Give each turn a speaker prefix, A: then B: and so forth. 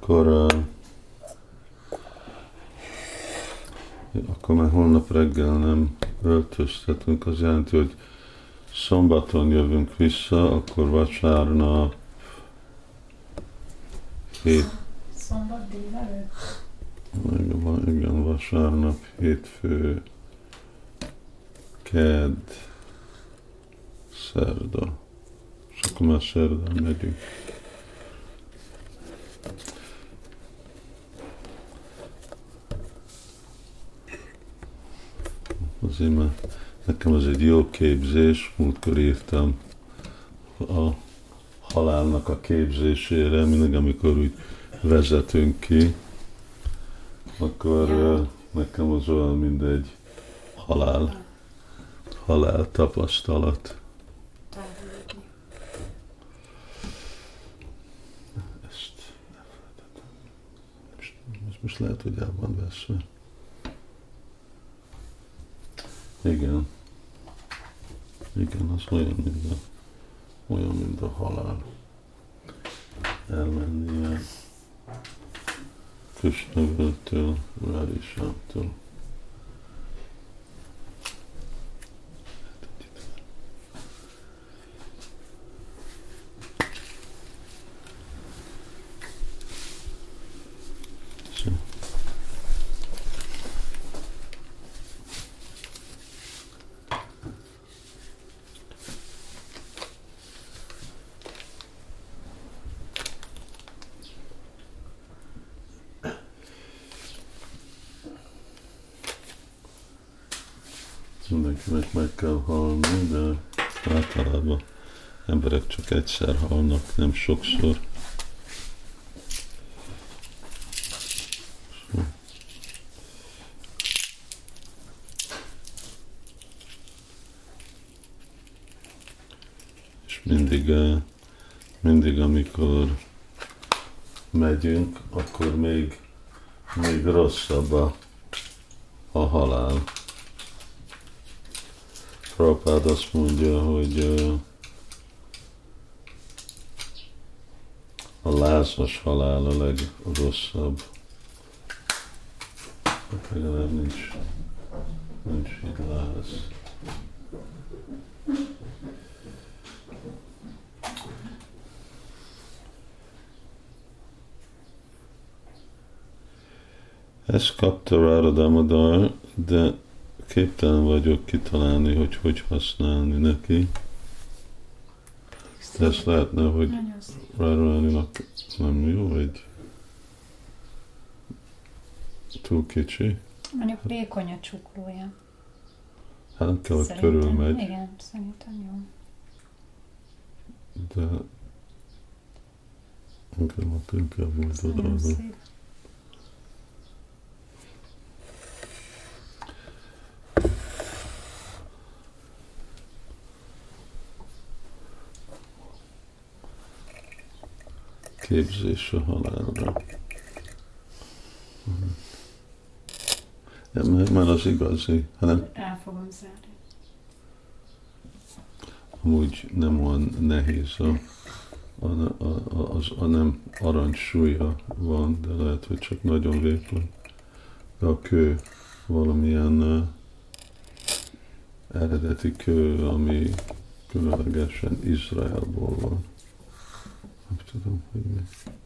A: akkor már holnap reggel nem öltöztetünk, az jelenti, hogy szombaton jövünk vissza, akkor vasárnap
B: Szombat délelőtt?
A: Igen, vasárnap, hétfő, kedd, szerda. És akkor már szerdán megyünk. Azért már nekem ez egy jó képzés, múltkor írtam a halálnak a képzésére, mindig amikor úgy vezetünk ki, akkor nekem az olyan, mint egy halál tapasztalat. Ezt most lehet, hogy el van veszve. Igen, az olyan, mint a halál. Elmenni a Krishnavöltől, Radhisától. Mindenkinek meg kell halni, de általában emberek csak egyszer halnak, nem sokszor. És mindig amikor megyünk, akkor még rosszabb a halál. Prabhupád azt mondja, hogy a lázas halál a legrosszabb. Legalább nincs így láz. Ezt kapta Radha Damodar, de képtelen vagyok kitalálni, hogy használni neki. De ezt lehetne, hogy Radharaninak nem jó, vagy túl kicsi.
B: Mondjuk vékony a csuklója.
A: Hát nem kell, hogy körülmegy.
B: Igen, szerintem jó.
A: De inkább volt oda. Képzés a halálra. Már az igazi, hanem
B: El fogom zárni.
A: amúgy nem olyan nehéz, a nem aranysúlya van, de lehet, hogy csak nagyon vékony. De a kő valamilyen eredeti kő, ami különlegesen Izraelból van. Nem tudom, hogy mi.